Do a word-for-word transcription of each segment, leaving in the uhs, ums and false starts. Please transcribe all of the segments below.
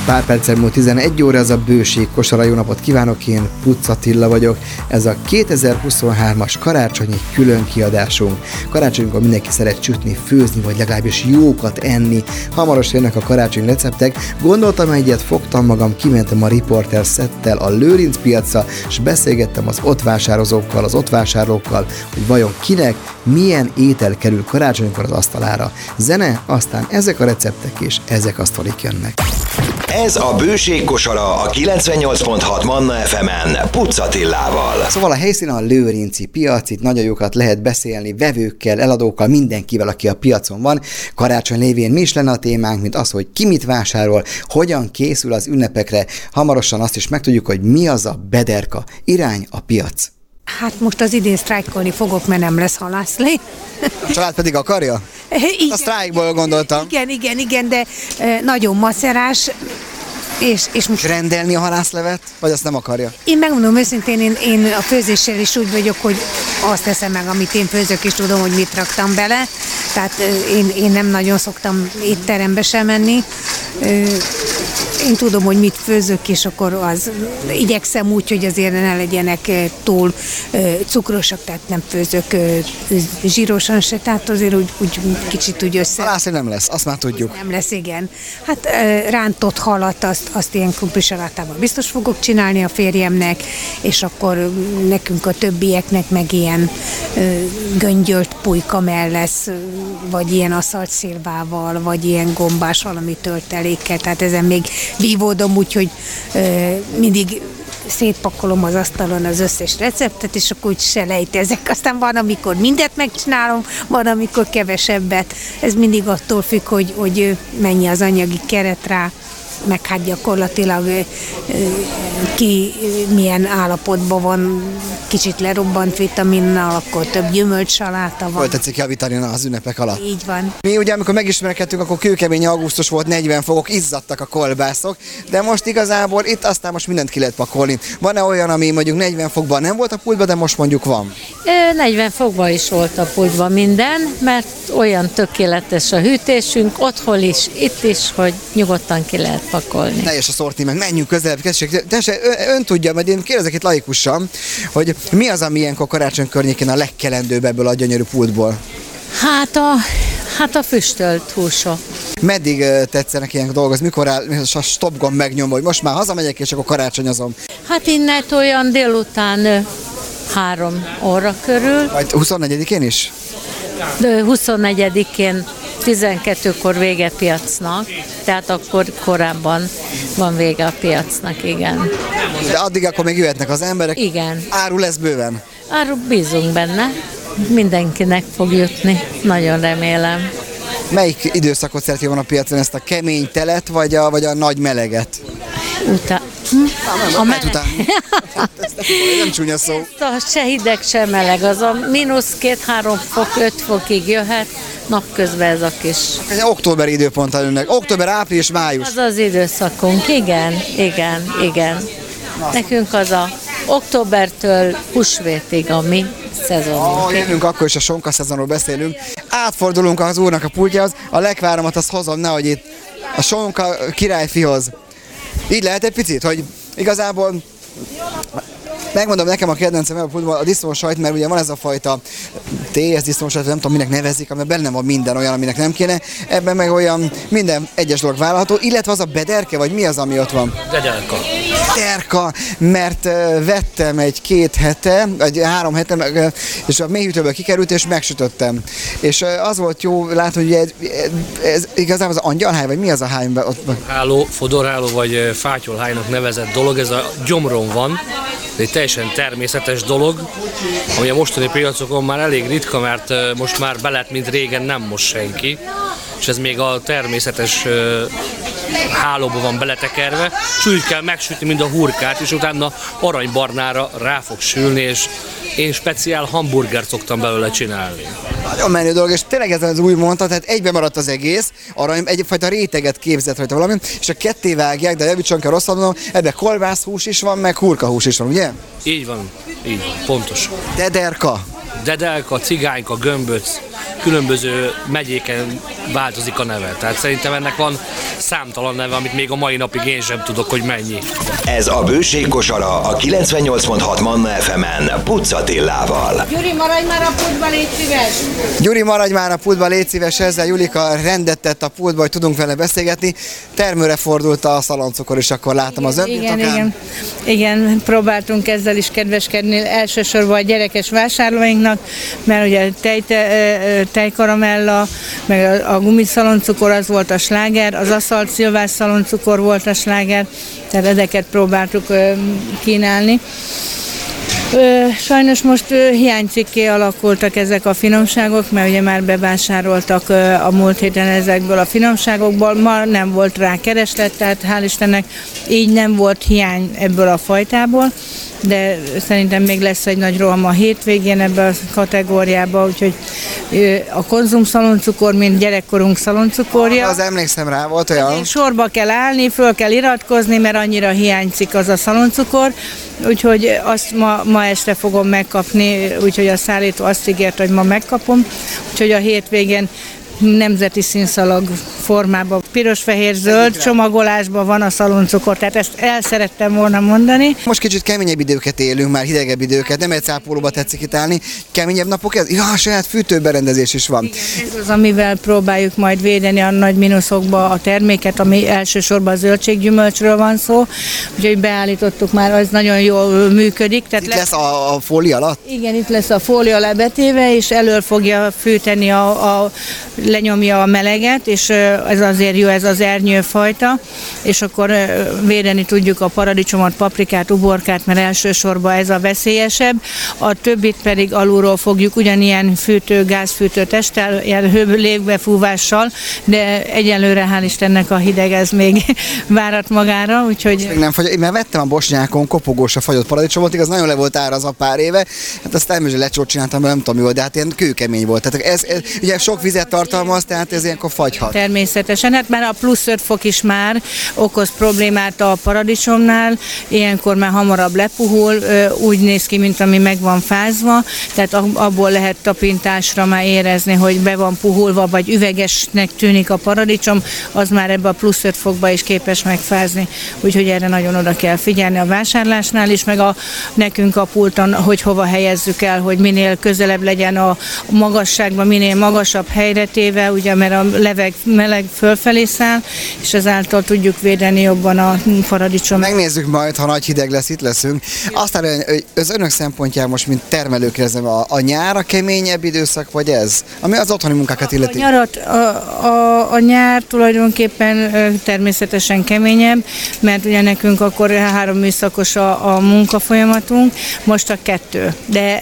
Pár perccel múlt tizenegy óra, ez a Bőség kosara. Jó napot kívánok, én Pucz Attila vagyok. Ez a kétezer-huszonhármas karácsonyi külön kiadásunk. Karácsonykor mindenki szeret sütni, főzni, vagy legalábbis jókat enni. Hamarosan jönnek a karácsonyi receptek. Gondoltam egyet, fogtam magam, kimentem a Riporter szettel a Lőrinc piacra, és beszélgettem az ott vásározókkal, az ott vásárlókkal, hogy vajon kinek milyen étel kerül karácsonykor az asztalára. Zene, aztán ezek a receptek és ezek a sztorik jönnek. Ez a Bőség kosara a kilencvennyolc pont hat Manna ef emen Pucz Attilával. Szóval a helyszínen a Lőrinci piac, itt nagyon jókat lehet beszélni vevőkkel, eladókkal, mindenkivel, aki a piacon van. Karácsony lévén mi is lenne a témánk, mint az, hogy ki mit vásárol, hogyan készül az ünnepekre. Hamarosan azt is megtudjuk, hogy mi az a bederka. Irány a piac. Hát most az idén sztrájkolni fogok, mert nem lesz halászlé. A család pedig akarja? Igen, a sztrájkból gondoltam. Igen, igen, igen, de nagyon macerás, és, és most... rendelni a halászlevet, vagy azt nem akarja? Én megmondom őszintén, én, én a főzéssel is úgy vagyok, hogy azt teszem meg, amit én főzök, és tudom, hogy mit raktam bele. Tehát én, én nem nagyon szoktam étterembe sem menni. Én tudom, hogy mit főzök, és akkor az igyekszem úgy, hogy azért ne legyenek túl cukrosak, tehát nem főzök zsírosan se, tehát azért úgy, úgy kicsit úgy össze... Halászlé nem lesz, azt már tudjuk. Nem lesz, igen. Hát rántott halat, azt, azt ilyen krumplisalátával biztos fogok csinálni a férjemnek, és akkor nekünk a többieknek meg ilyen göngyölt pulykamell lesz, vagy ilyen aszalt szilvával, vagy ilyen gombás valami töltelékkel, tehát ezen még vívódom, úgyhogy ö, mindig szétpakolom az asztalon az összes receptet, és akkor úgy selejtezek. Aztán van, amikor mindent megcsinálom, van, amikor kevesebbet. Ez mindig attól függ, hogy, hogy mennyi az anyagi keret rá, meg hát gyakorlatilag ki milyen állapotban van, kicsit lerobbant vitaminnal, akkor több gyümölcsaláta van. Hol tetszik javítani az ünnepek alatt? Így van. Mi ugye, amikor megismerkedtünk, akkor kőkemény augusztus volt, negyven fokok, izzadtak a kolbászok, de most igazából itt aztán most mindent ki lehet pakolni. Van-e olyan, ami mondjuk negyven fokban nem volt a pultban, de most mondjuk van? negyven fokban is volt a pultban minden, mert olyan tökéletes a hűtésünk, otthon is, itt is, hogy nyugodtan ki lehet pakolni. Teljes a szortiment, menjünk közelebb, tessék, ön, ön tudja, mert én kérdezek itt laikussan, hogy mi az, ami ilyenkor karácsony környékén a legkelendőbb ebből a gyönyörű pultból? Hát a, hát a füstölt húsok. Meddig uh, tetszenek ilyen dolgozni? Mikor áll a stop gomb megnyomva, hogy most már hazamegyek, és akkor karácsonyozom? Hát innen olyan délután három óra körül. Vagy huszonnegyedikén is? De huszonnegyedikén tizenkettőkor vége piacnak, tehát akkor korábban van vége a piacnak, igen. De addig akkor még jöhetnek az emberek? Igen. Áru lesz bőven? Áru bízunk benne, mindenkinek fog jutni, nagyon remélem. Melyik időszakot szereti van a piacon, ezt a kemény telet, vagy a, vagy a nagy meleget? Utána. Hm? A meleg. Után. Nem csúnya szó. Ezt se hideg, se meleg, az a mínusz két-három fok, öt fokig jöhet, napközben ez a kis... Ez októberi időponttal önnek. Október, április, május. Az az időszakunk, igen, igen, igen. Nekünk az a októbertől húsvétig a mi szezonunk. Oh, jönünk akkor is, a sonka szezonról beszélünk. Átfordulunk az úrnak a pultjához, a legváromat azt hozom, nehogy itt a sonka királyfihoz. Így lehet egy picit, hogy igazából megmondom, nekem a kedvencem a pultban a disznósajt, mert ugye van ez a fajta té, ez disznósajt, nem tudom minek nevezik, amiben benne van minden olyan, aminek nem kéne, ebben meg olyan minden egyes dolog vállalható, illetve az a bederke, vagy mi az, ami ott van? Bederka. Bederka, mert uh, vettem egy két hete, vagy három hete, uh, és a mélyhűtőből kikerült, és megsütöttem. És uh, az volt jó látni, hogy ez, ez igazából az angyalháj, vagy mi az a háj? Ott... Háló, fodorháló, vagy fátyolhájnak nevezett dolog, ez a gyomron van, ez egy teljesen természetes dolog, ami a mostani piacokon már elég ritka, mert most már belet, mint régen nem mos senki, és ez még a természetes hálóba van beletekerve, és úgy kell megsütni, mint a hurkát, és utána aranybarnára rá fog sülni, és én speciál hamburgert szoktam belőle csinálni. Nagyon menő dolog, és tényleg ez az új mondta, tehát egybe maradt az egész, arany, egyfajta réteget képzett rajta valami, és a ketté vágják, de javítson kell rosszat mondom, ebben kolbászhús is van, meg hurkahús is van, ugye? Így van, így van, pontos. Dederka. Dedelka, cigányka, gömböc, különböző megyéken változik a neve. Tehát szerintem ennek van számtalan neve, amit még a mai napig én sem tudok, hogy mennyi. Ez a Bőség kosara a kilencvennyolc pont hat Manna ef emen Pucz Attillával. Gyuri, maradj már a pultba, légy szíves! Gyuri, maradj már a pultba, légy szíves, ezzel Julika rendet tett a pultba, hogy tudunk vele beszélgetni. Termőre fordult a szaloncukor, és akkor látom az igen, igen, igen, próbáltunk ezzel is kedveskedni, elsősorban a gyerekes vásárlóinknak, mert ugye tej, tejkaramella, meg a, a gumiszaloncukor az volt a sláger, az aszalt szilvás szaloncukor volt a sláger, tehát ezeket próbáltuk kínálni. Sajnos most hiánycikké alakultak ezek a finomságok, mert ugye már bevásároltak a múlt héten ezekből a finomságokból, ma nem volt rá kereslet, tehát hál' Istennek így nem volt hiány ebből a fajtából, de szerintem még lesz egy nagy roham a hétvégén ebbe a kategóriába, úgyhogy a konzum szaloncukor, mint gyerekkorunk szaloncukorja. Az emlékszem rá, volt olyan. Sorba kell állni, föl kell iratkozni, mert annyira hiányzik az a szaloncukor, úgyhogy azt ma, ma este fogom megkapni, úgyhogy a szállító azt ígért, hogy ma megkapom, úgyhogy a hétvégén nemzeti színszalag formában, piros-fehér-zöld csomagolásban van a szaloncukor, tehát ezt el szerettem volna mondani. Most kicsit keményebb időket élünk, már hidegebb időket, nem egy cápolóba tetszik itt állni, keményebb napok ez? Ja, saját fűtőberendezés is van. Igen, ez az, amivel próbáljuk majd védeni a nagy mínuszokba a terméket, ami elsősorban a zöldséggyümölcsről van szó, úgyhogy beállítottuk már, az nagyon jól működik. Tehát itt lesz a, a fólia alatt? Igen, itt lesz a fólia lebetéve, és elől fogja fűteni a, a lenyomja a meleget, és ez azért jó, ez az ernyőfajta, és akkor védeni tudjuk a paradicsomot, paprikát, uborkát, mert elsősorban ez a veszélyesebb. A többit pedig alulról fogjuk ugyanilyen fűtő, gázfűtő testtel, ilyen légbefúvással, de egyelőre hál' Istennek a hideg ez még várat magára, úgyhogy... Még nem fagy, én már vettem a Bosnyákon kopogós a fagyott paradicsomot, igaz, nagyon le volt árazva pár éve, hát azt elműző lecsót csináltam, nem tudom jól, de hát ilyen kőkemény volt. Tehát ez, ez ugye sok vizet tartalmaz, tehát ez ilyenkor fagyhat. Természetesen, hát már a plusz öt fok is már okoz problémát a paradicsomnál, ilyenkor már hamarabb lepuhul, úgy néz ki, mint ami meg van fázva, tehát abból lehet tapintásra már érezni, hogy be van puhulva, vagy üvegesnek tűnik a paradicsom, az már ebbe a plusz öt fokba is képes megfázni, úgyhogy erre nagyon oda kell figyelni a vásárlásnál is, meg a, nekünk a pulton, hogy hova helyezzük el, hogy minél közelebb legyen a magasságban, minél magasabb helyre téve, ugye, mert a leveg meleg fölfelé száll, és ezáltal tudjuk védeni jobban a paradicsom. Megnézzük majd, ha nagy hideg lesz, itt leszünk. Aztán az önök szempontjából most, mint termelők, a, a nyár a keményebb időszak, vagy ez? Ami az otthoni munkákat illeti. A nyarat, a, a, a nyár tulajdonképpen természetesen keményebb, mert ugye nekünk akkor három műszakos a, a munkafolyamatunk, most a kettő. De,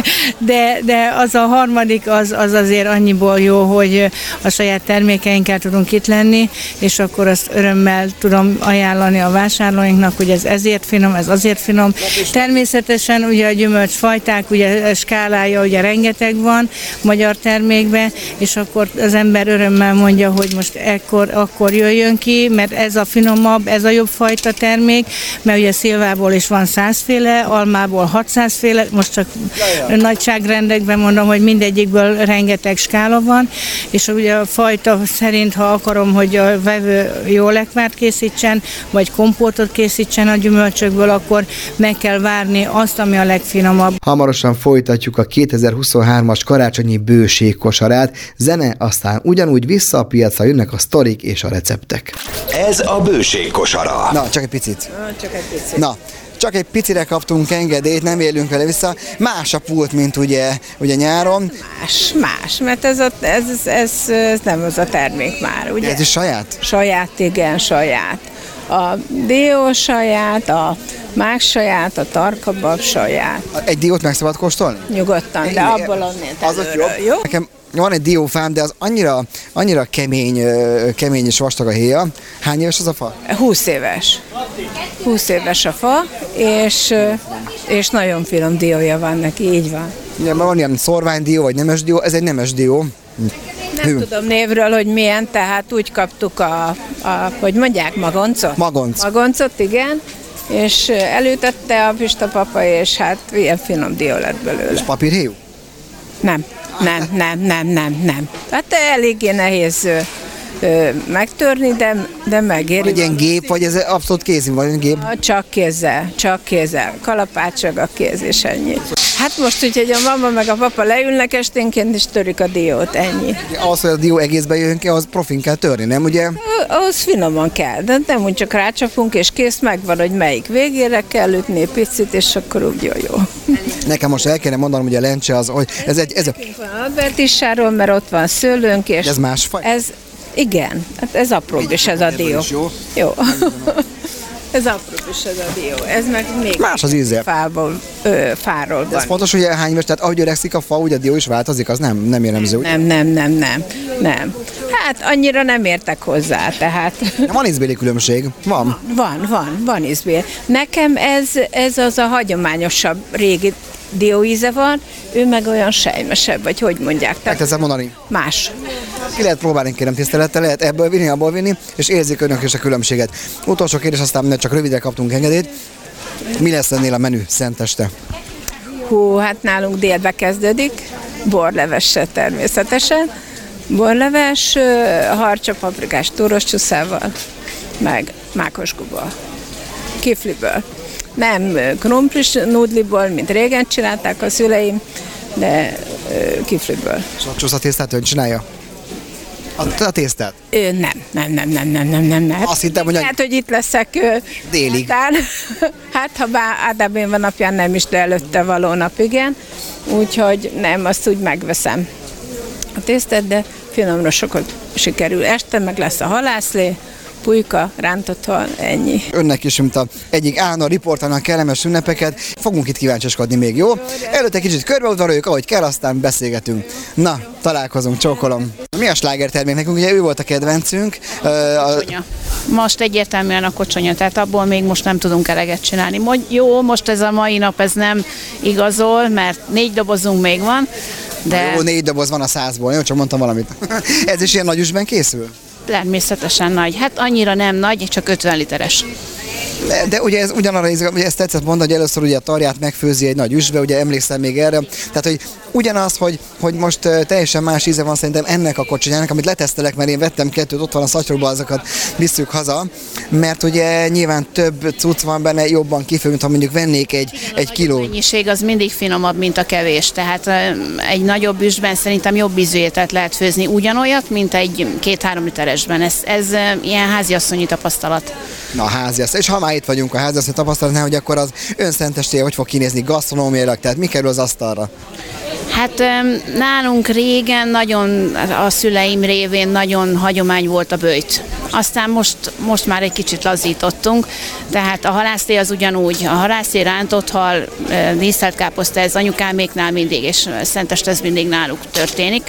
de, de az a harmadik, az, az azért annyiból jó, hogy a saját termékeinkkel tudunk itt lenni, és akkor azt örömmel tudom ajánlani a vásárlóinknak, hogy ez ezért finom, ez azért finom. Természetesen ugye a gyümölcsfajták, ugye a skálája ugye rengeteg van magyar termékben, és akkor az ember örömmel mondja, hogy most ekkor, akkor jöjjön ki, mert ez a finomabb, ez a jobb fajta termék, mert ugye szilvából is van százféle, almából hatszázféle, most csak nagyságrendekben mondom, hogy mindegyikből rengeteg skála van, és ugye a fajta szerint, ha akarom, hogy a vevő jó lekvárt készítsen, vagy kompótot készítsen a gyümölcsökből, akkor meg kell várni azt, ami a legfinomabb. Hamarosan folytatjuk a kétezer-huszonhármas karácsonyi bőség kosarát, zene, aztán ugyanúgy vissza a piacra jönnek a sztorik és a receptek. Ez a Bőség kosara. Na, csak egy picit. Na, csak egy picit. Na, csak egy picire kaptunk engedélyt, nem élünk vele vissza. Más a pult, mint ugye, ugye nyáron. Más, más, mert ez, a, ez, ez, ez nem az a termék már, ugye? Ez is saját? Saját, igen, saját. A dió saját, a mák saját, a tarkabab saját. Egy diót meg szabad kóstolni? Nyugodtan, de abból onnél az előről, jobb. jó? Nekem van egy diófám, de az annyira, annyira kemény, kemény és vastag a héja. Hány éves az a fa? húsz éves. húsz éves a fa, és, és nagyon finom diója van neki, így van. Ugye, van ilyen szorványdió, vagy nemes dió, ez egy nemes dió. Nem Hű. tudom névről, hogy milyen, tehát úgy kaptuk a, a hogy mondják, magoncot? Magonc. Magoncot, igen, és előtette a Pista papa, és hát ilyen finom dió lett belőle. És papírhéjú? Nem. nem, nem, nem, nem, nem. Hát eléggé nehéz ö, ö, megtörni, de, de megéri. Egy ilyen gép, vagy ez abszolút kézin vagy gép? Csak kézzel, csak kézzel. Kalapácsog a kéz, és ennyi. Hát most úgy, hogy a mama meg a papa leülnek esténként, és törik a diót, ennyi. Ahhoz, hogy a dió egészbe jöjjön ki, ahhoz profin kell törni, nem ugye? Ahhoz finoman kell, de nem úgy csak rácsapunk, és kész, megvan, hogy melyik végére kell ütni picit, és akkor úgy jó, jó. Nekem most el kéne mondanom, hogy a lencse az, hogy ez egy... Ez a... Van Albertissáról, mert ott van szőlőnk, és... Ez másfaj? Ez, igen, hát ez apróbb is ez a dió. Jó. Jó. Ez apróbb is ez a dió. Ez meg még más az íze. Fából, ö, fáról van. Ez fontos, hogy hány éves, tehát ahogy öregszik a fa, úgy a dió is változik, az nem, nem jellemző. Nem, nem, nem, nem, nem. Hát annyira nem értek hozzá, tehát... Van ízbéli különbség? Van. Van, van, van ízbél. Nekem ez, ez az a hagyományosabb régi dióíze van, ő meg olyan sejmesebb, vagy hogy mondják. Meg teszem mondani. Más. Ki lehet próbálni, kérem tisztelettel, lehet ebből vinni, abból vinni, és érzik önök is a különbséget. Utolsó kérdés, aztán csak rövidre kaptunk engedélyt. Mi lesz ennél a menü szenteste? Hú, hát nálunk délbe kezdődik, borlevessel természetesen. Borleves, harcsa paprikás túros csúszával, meg mákos guba. Kifliből. Nem krumplis nudliból, mint régen csinálták a szüleim, de kifliből. És a csúszatésztát ön csinálja? A, a tésztát? Ő, nem, nem, nem, nem, nem, nem, nem, nem. Azt hittem, hogy... Hát, hogy itt leszek délig. Után. Hát, ha bár általában van napján nem is, de előtte való nap, igen. Úgyhogy nem, azt úgy megveszem a tésztát, de finomra sokat sikerül. Este meg lesz a halászlé, pulyka, rántott hal, ennyi. Önnek is, mint a egyik állandó riportának kellemes ünnepeket. Fogunk itt kíváncsoskodni még, jó? Előtte kicsit körbeudvaroljuk, ahogy kell, aztán beszélgetünk. Na, találkozunk, csókolom. Mi a slágertermék nekünk? Ugye ő volt a kedvencünk. Uh, a... Most egyértelműen a kocsonya, tehát abból még most nem tudunk eleget csinálni. Mondj, jó, most ez a mai nap ez nem igazol, mert négy dobozunk még van, de... Jó, négy doboz van a százból, jó, csak mondtam valamit. Ez is ilyen nagy üsben készül? Természetesen nagy. Hát annyira nem nagy, csak ötven literes. De, de ugye ez ugyanarra izgalmas, ugye ezt tetszett mondani, hogy először ugye a tarját megfőzi egy nagy üsbe, ugye emlékszem még erre. Tehát, hogy ugyanaz, hogy, hogy most uh, teljesen más íze van szerintem ennek a kocsonyának, amit letesztelek, mert én vettem kettőt, ott van a szatyrokban, azokat visszük haza, mert ugye nyilván több cucc van benne, jobban kifő, mint ha mondjuk vennék egy, igen, egy kilót. A mennyiség az mindig finomabb, mint a kevés, tehát uh, egy nagyobb üsben szerintem jobb ízű ételt lehet főzni ugyanolyat, mint egy két-három literesben. Ez, ez uh, ilyen háziasszonyi tapasztalat. Na, háziasszony. És ha már itt vagyunk a háziasszony tapasztalatnál, hogy akkor az önszentestéje hogy fog kinézni gasztronómiailag, tehát mi kerül az asztalra? Hát nálunk régen nagyon, a szüleim révén nagyon hagyomány volt a böjt. Aztán most, most már egy kicsit lazítottunk, tehát a halászlé az ugyanúgy, a halászlé, rántott hal, díszelt káposzta, ez anyukáméknál mindig, és szenteste ez mindig náluk történik.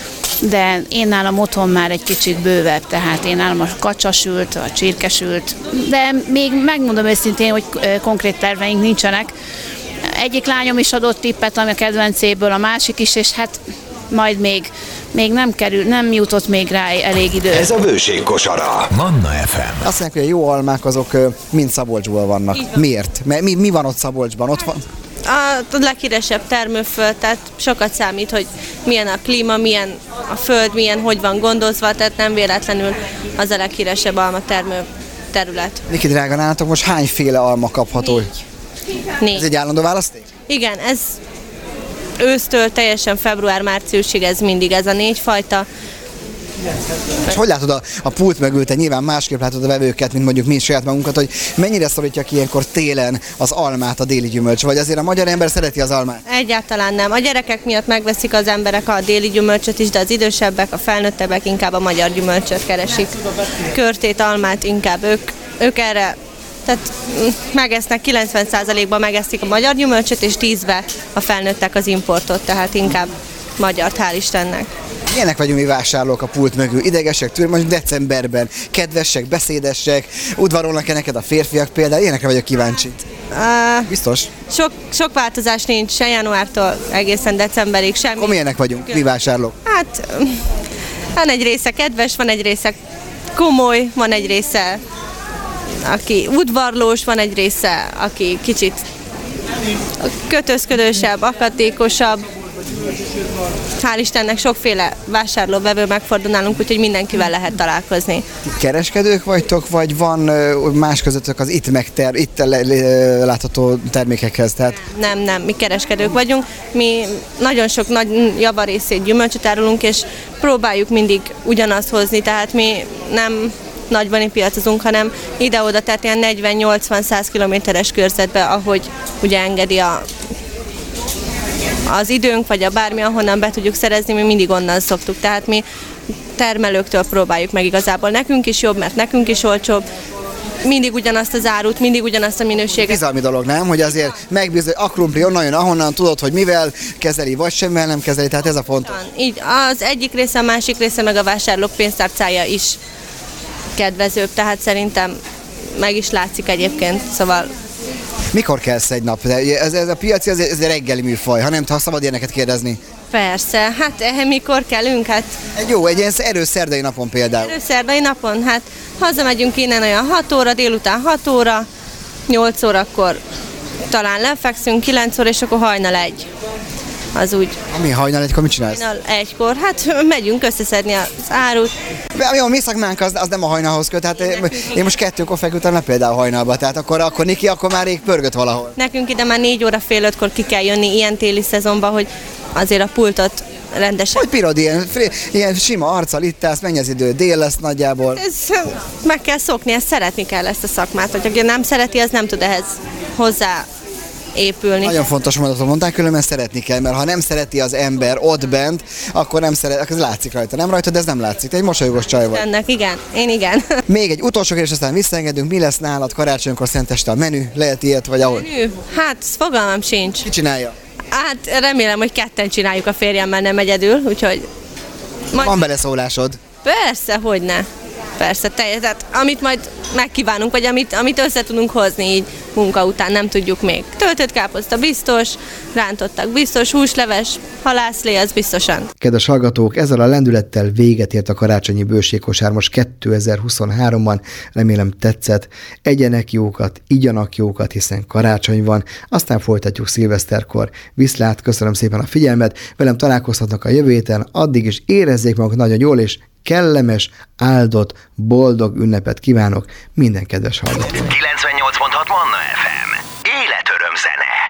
De én nálam otthon már egy kicsit bővebb, tehát én nálam a kacsasült, a csirkesült, de még megmondom őszintén, hogy konkrét terveink nincsenek. Egyik lányom is adott tippet a kedvencéből, a másik is, és hát majd még, még nem kerül, nem jutott még rá elég idő. Ez a Bőség kosara. Manna ef em. Azt mondják, hogy a jó almák azok mind Szabolcsból vannak. Miért? Mert mi, mi van ott Szabolcsban? Ott van... A leghíresebb termőföld, tehát sokat számít, hogy milyen a klíma, milyen a föld, milyen, hogy van gondozva, tehát nem véletlenül az a leghíresebb alma termő terület. Niki drága, nálatok most hányféle alma kapható? Négy. Négy. Ez egy állandó választék? Igen, ez ősztől teljesen február-márciusig ez mindig ez a négy fajta. És hogy látod a, a pult mögül, te nyilván másképp látod a vevőket, mint mondjuk mi saját magunkat, hogy mennyire szorítja ki ilyenkor télen az almát a déli gyümölcs, vagy azért a magyar ember szereti az almát? Egyáltalán nem. A gyerekek miatt megveszik az emberek a déli gyümölcsöt is, de az idősebbek, a felnőttebbek inkább a magyar gyümölcsöt keresik. Körtét, almát inkább ők, ők erre, tehát megesznek, kilencven százalékban megeszik a magyar gyümölcsöt, és tízben a felnőttek az importot, tehát inkább magyart, hál' Istennek. Ilyenek vagyunk mi vásárlók a pult mögül, idegesek, tűr, mondjuk decemberben, kedvesek, beszédesek, udvarolnak-e neked a férfiak például, ilyenekre vagyok kíváncsi. Uh, Biztos? Sok, sok változás nincs, se januártól egészen decemberig, semmi. Akkor milyenek vagyunk, mi vásárlók? Hát, van egy része kedves, van egy része komoly, van egy része, aki udvarlós, van egy része, aki kicsit kötözködősebb, akadékosabb. hál' Istennek sokféle vásárlóvevő megfordul nálunk, úgyhogy mindenkivel lehet találkozni. Kereskedők vagytok, vagy van más közöttök az itt megter, itt látható termékekhez? Tehát... Nem, nem, mi kereskedők vagyunk. Mi nagyon sok nagy javarészét gyümölcsöt árulunk, és próbáljuk mindig ugyanazt hozni, tehát mi nem nagyban piacozunk, hanem ide-oda, tehát ilyen negyven-nyolcvan-száz kilométeres körzetbe, ahogy ugye engedi a, az időnk, vagy a bármi, ahonnan be tudjuk szerezni, mi mindig onnan szoktuk. Tehát mi termelőktől próbáljuk meg igazából. Nekünk is jobb, mert nekünk is olcsóbb. Mindig ugyanazt az árut, mindig ugyanazt a minőséget. Bizalmi dolog, nem? Hogy azért megbízol, a krumpli onnan jön, ahonnan tudod, hogy mivel kezeli, vagy semmivel nem kezeli, tehát ez a fontos. Így az egyik része, a másik része, meg a vásárlók pénztárcája is kedvezőbb, tehát szerintem meg is látszik egyébként, szóval... Mikor kelsz egy nap? Ez, ez a piaci, ez, ez egy reggeli műfaj, ha nem, ha szabad ilyeneket kérdezni. Persze, hát eh, mikor kelünk, hát... Egy jó, egy ilyen erőszerdai napon például. Erőszerdai napon, hát hazamegyünk innen olyan hat óra, délután hat óra, nyolc órakor talán lefekszünk, kilenc óra, és akkor hajnal egy. Az úgy. Ami hajnal egykor mit csinálsz? Hajnal egykor, hát megyünk összeszedni az árut. Jó, mi szakmánk az, az nem a hajnalhoz köt, hát én, én most kettőkor feküdtem le például hajnalba, tehát akkor, akkor Niki, akkor már rég pörgött valahol. Nekünk ide már négy óra fél ötkor ki kell jönni ilyen téli szezonban, hogy azért a pultot rendesen. Hogy pirod, ilyen, ilyen sima arccal itt állsz, mennyi az idő, dél lesz nagyjából. Ez, meg kell szokni, ezt szeretni kell ezt a szakmát, hogy aki nem szereti, az nem tud ehhez hozzá épülni. Nagyon fontos mondatot mondtál, különben szeretni kell, mert ha nem szereti az ember ott bent, akkor nem szeret, ez látszik rajta. Nem rajta, de ez nem látszik. Te egy mosolyogos csaj vagy. Ennek, igen, én igen. Még egy utolsó kérdés, aztán visszaengedünk. Mi lesz nálad karácsonykor szenteste a menü? Lehet ilyet, vagy ahol? Menü? Hát, fogalmam sincs. Ki csinálja? Hát remélem, hogy ketten csináljuk a férjemmel, nem egyedül, úgyhogy... Majd... Van beleszólásod? Persze, hogyne. Persze, teljes, tehát amit majd megkívánunk, vagy amit, amit össze tudunk hozni így munka után, nem tudjuk még. Töltött káposzta biztos, rántottak biztos, húsleves, halászlé, az biztosan. Kedves hallgatók, ezzel a lendülettel véget ért a karácsonyi bőségkosár most kétezer-huszonháromban. Remélem tetszett. Egyenek jókat, igyanak jókat, hiszen karácsony van, aztán folytatjuk szilveszterkor. Viszlát, köszönöm szépen a figyelmet, velem találkozhatnak a jövő héten, addig is érezzék magukat nagyon jól, és kellemes, áldott, boldog ünnepet kívánok minden kedves hallgatónak. kilencvennyolc pont hat Manna ef em. Életöröm zene.